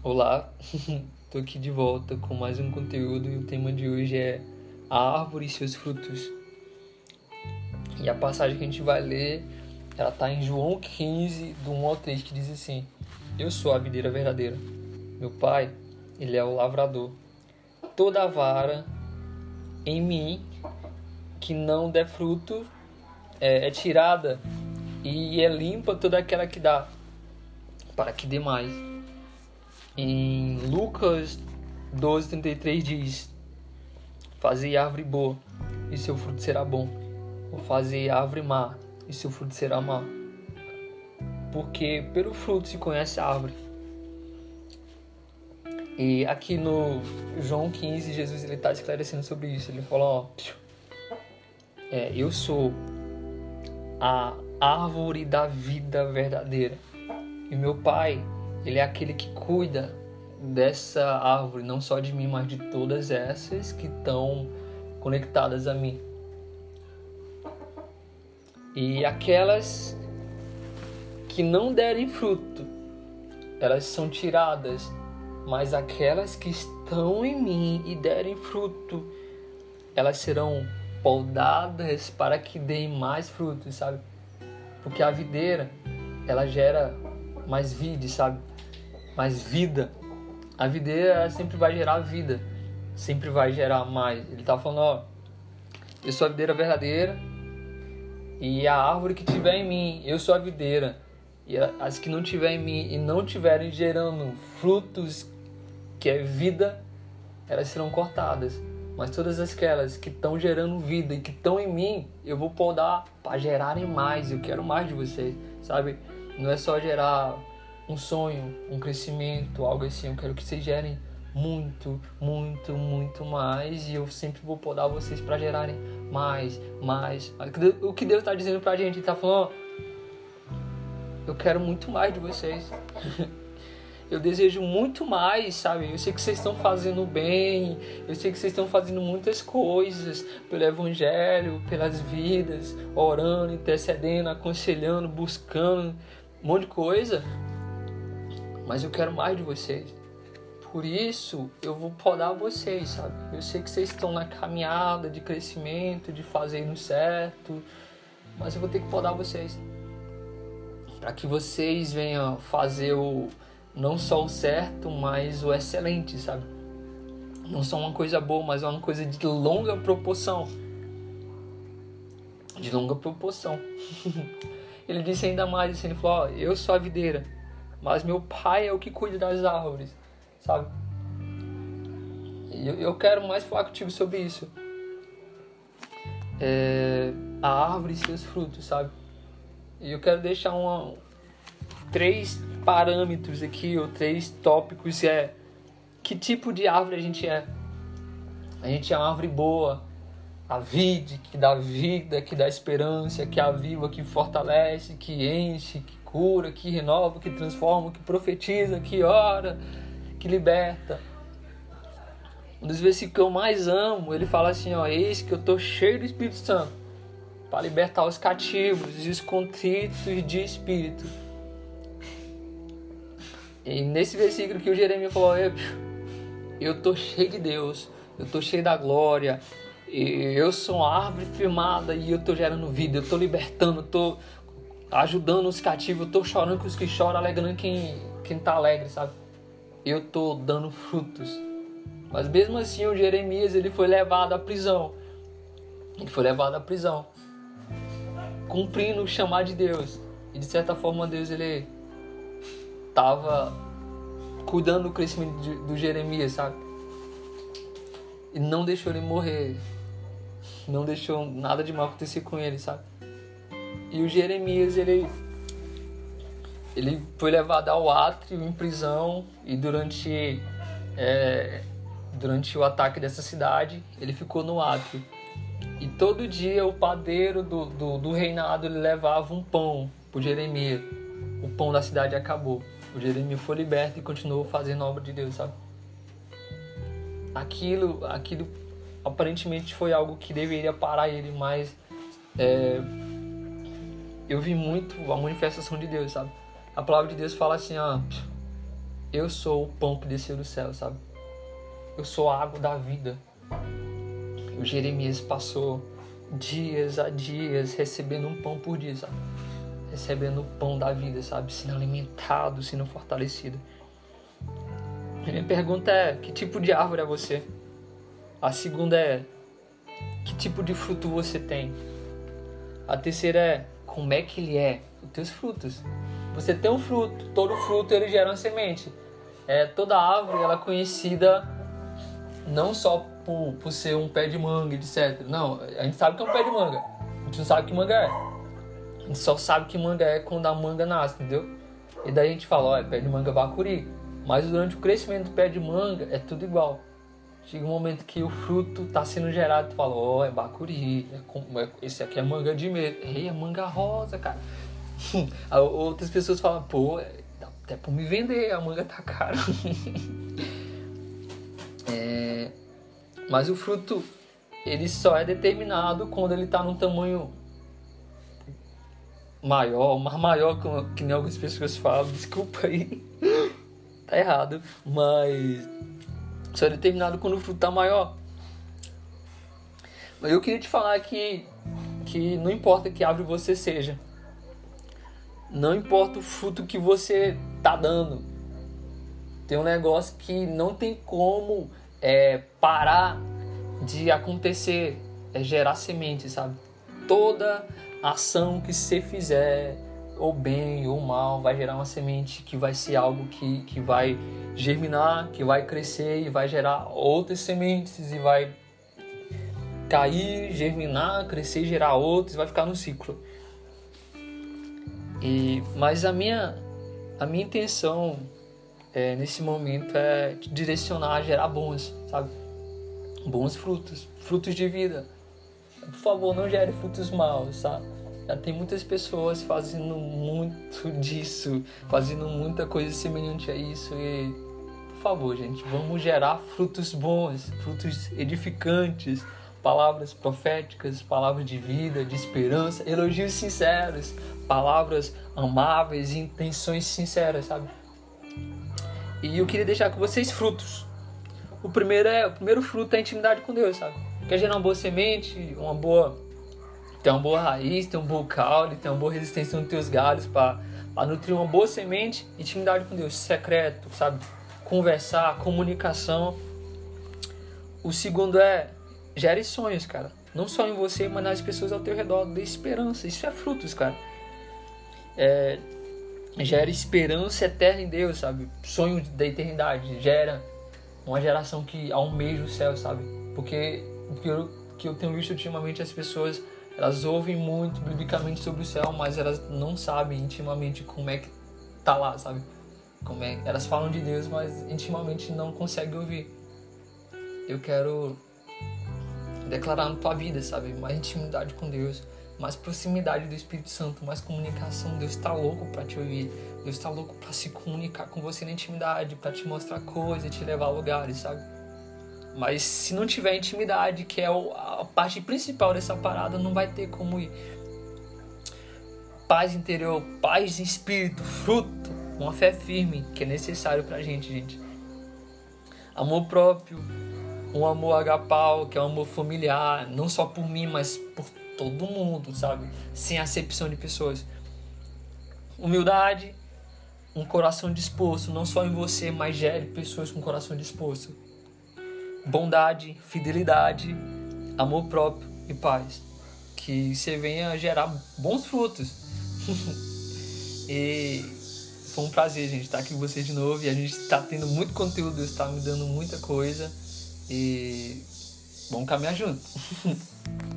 Olá, tô aqui de volta com mais um conteúdo e o tema de hoje é a árvore e seus frutos. E a passagem que a gente vai ler, ela tá em João 15, do 1 ao 3, que diz assim: Eu sou a videira verdadeira. Meu pai, ele é o lavrador. Toda vara em mim que não der fruto é tirada e é limpa toda aquela que dá, para que dê mais. Em Lucas 12:33 diz: Fazei árvore boa, e seu fruto será bom. Ou fazei árvore má, e seu fruto será má. Porque pelo fruto se conhece a árvore. E aqui no João 15, Jesus está esclarecendo sobre isso. Ele fala: eu sou a árvore da vida verdadeira. E meu pai, ele é aquele que cuida dessa árvore, não só de mim, mas de todas essas que estão conectadas a mim. E aquelas que não derem fruto, elas são tiradas, mas aquelas que estão em mim e derem fruto, elas serão podadas para que deem mais frutos, sabe? Porque a videira, ela gera mais vide, sabe? Mais vida. A videira sempre vai gerar vida, sempre vai gerar mais. Ele tá falando, eu sou a videira verdadeira e a árvore que tiver em mim, eu sou a videira. E as que não tiver em mim e não tiverem gerando frutos, que é vida, elas serão cortadas. Mas todas aquelas que estão gerando vida e que estão em mim, eu vou podar para gerarem mais. Eu quero mais de vocês, sabe? Não é só gerar um sonho, um crescimento, algo assim. Eu quero que vocês gerem muito, muito, muito mais. E eu sempre vou podar vocês para gerarem mais. O que Deus está dizendo pra gente? Ele está falando, eu quero muito mais de vocês. Eu desejo muito mais, sabe? Eu sei que vocês estão fazendo bem. Eu sei que vocês estão fazendo muitas coisas pelo Evangelho, pelas vidas, orando, intercedendo, aconselhando, buscando, um monte de coisa. Mas eu quero mais de vocês. Por isso, eu vou podar vocês, sabe? Eu sei que vocês estão na caminhada de crescimento, de fazer no certo. Mas eu vou ter que podar vocês. Para que vocês venham fazer não só o certo, mas o excelente, sabe? Não só uma coisa boa, mas uma coisa de longa proporção. De longa proporção. Ele disse ainda mais, assim, ele falou, eu sou a videira, mas meu pai é o que cuida das árvores, sabe? E eu quero mais falar contigo sobre isso. A árvore e seus frutos, sabe? E eu quero deixar 3 parâmetros aqui, ou 3 tópicos, que tipo de árvore a gente é. A gente é uma árvore boa, a vide, que dá vida, que dá esperança, que aviva, que fortalece, que enche, que cura, que renova, que transforma, que profetiza, que ora, que liberta. Um dos versículos que eu mais amo, ele fala assim, eis que eu estou cheio do Espírito Santo para libertar os cativos e os contritos de espírito. E nesse versículo que o Jeremias falou, eu tô cheio de Deus, eu tô cheio da glória, eu sou uma árvore firmada e eu tô gerando vida, eu tô libertando, eu tô ajudando os cativos, eu tô chorando com os que choram, alegrando quem tá alegre, sabe? Eu tô dando frutos. Mas mesmo assim o Jeremias, ele foi levado à prisão. Cumprindo o chamado de Deus. E de certa forma Deus, ele estava cuidando do crescimento do Jeremias, sabe? E não deixou ele morrer. Não deixou nada de mal acontecer com ele, sabe? E o Jeremias, ele foi levado ao átrio em prisão. E durante o ataque dessa cidade, ele ficou no átrio. E todo dia o padeiro do reinado, ele levava um pão para o Jeremias. O pão da cidade acabou. O Jeremias foi liberto e continuou fazendo a obra de Deus, sabe? Aquilo aparentemente foi algo que deveria parar ele, mas eu vi muito a manifestação de Deus, sabe? A palavra de Deus fala assim, eu sou o pão que desceu do céu, sabe? Eu sou a água da vida. O Jeremias passou dias a dias recebendo um pão por dia, sabe? Recebendo o pão da vida, sabe? Sendo alimentado, sendo fortalecido. A minha pergunta é, que tipo de árvore é você? A segunda é, que tipo de fruto você tem? A terceira é, como é que ele é? Os teus frutos. Você tem um fruto, todo fruto ele gera uma semente. Toda árvore ela é conhecida não só por ser um pé de manga, etc. Não, a gente sabe que é um pé de manga. A gente não sabe que manga é. A gente só sabe que manga é quando a manga nasce, entendeu? E daí a gente fala, pé de manga bacuri. Mas durante o crescimento do pé de manga é tudo igual. Chega um momento que o fruto está sendo gerado, tu fala, é bacuri, esse aqui é manga de medo. É manga rosa, cara. Outras pessoas falam, dá até pra me vender, a manga tá cara. Mas o fruto, ele só é determinado quando ele tá num tamanho maior, mais maior que nem algumas pessoas falam, desculpa aí, tá errado, mas só é determinado quando o fruto tá maior. Mas eu queria te falar que não importa que árvore você seja, não importa o fruto que você tá dando, tem um negócio que não tem como parar de acontecer, gerar semente, sabe? Toda ação que você fizer, ou bem ou mal, vai gerar uma semente que vai ser algo que vai germinar, que vai crescer e vai gerar outras sementes e vai cair, germinar, crescer, gerar outras, vai ficar no ciclo. Mas a minha intenção nesse momento é te direcionar a gerar bons, sabe? Bons frutos de vida. Por favor, não gere frutos maus, sabe? Já tem muitas pessoas fazendo muito disso, fazendo muita coisa semelhante a isso e, por favor, gente, vamos gerar frutos bons, frutos edificantes, palavras proféticas, palavras de vida, de esperança, elogios sinceros, palavras amáveis e intenções sinceras, sabe? E eu queria deixar com vocês frutos. O primeiro fruto é a intimidade com Deus, sabe? Quer gerar uma boa semente, ter uma boa raiz, ter um bom caule, ter uma boa resistência nos teus galhos para nutrir uma boa semente, intimidade com Deus, secreto, sabe? Conversar, comunicação. O segundo é gere sonhos, cara. Não só em você, mas nas pessoas ao teu redor, dê esperança. Isso é frutos, cara. Gera esperança eterna em Deus, sabe? Sonho da eternidade. Gera uma geração que almeja o céu, sabe? Porque o que eu tenho visto ultimamente, as pessoas, elas ouvem muito biblicamente sobre o céu, mas elas não sabem intimamente como é que tá lá, sabe? Elas falam de Deus, mas intimamente não conseguem ouvir. Eu quero declarar na tua vida, sabe? Mais intimidade com Deus, mais proximidade do Espírito Santo, mais comunicação. Deus está louco para te ouvir. Deus está louco para se comunicar com você na intimidade, para te mostrar coisas, te levar a lugares, sabe? Mas se não tiver intimidade, que é a parte principal dessa parada, não vai ter como ir. Paz interior, paz em espírito, fruto, uma fé firme, que é necessário pra gente. Amor próprio, um amor agapau, que é um amor familiar, não só por mim, mas por todo mundo, sabe? Sem acepção de pessoas. Humildade, um coração disposto, não só em você, mas gere pessoas com coração disposto. Bondade, fidelidade, amor próprio e paz. Que você venha gerar bons frutos. E foi um prazer, gente, estar aqui com vocês de novo. E a gente está tendo muito conteúdo, Deus está me dando muita coisa. E vamos caminhar junto.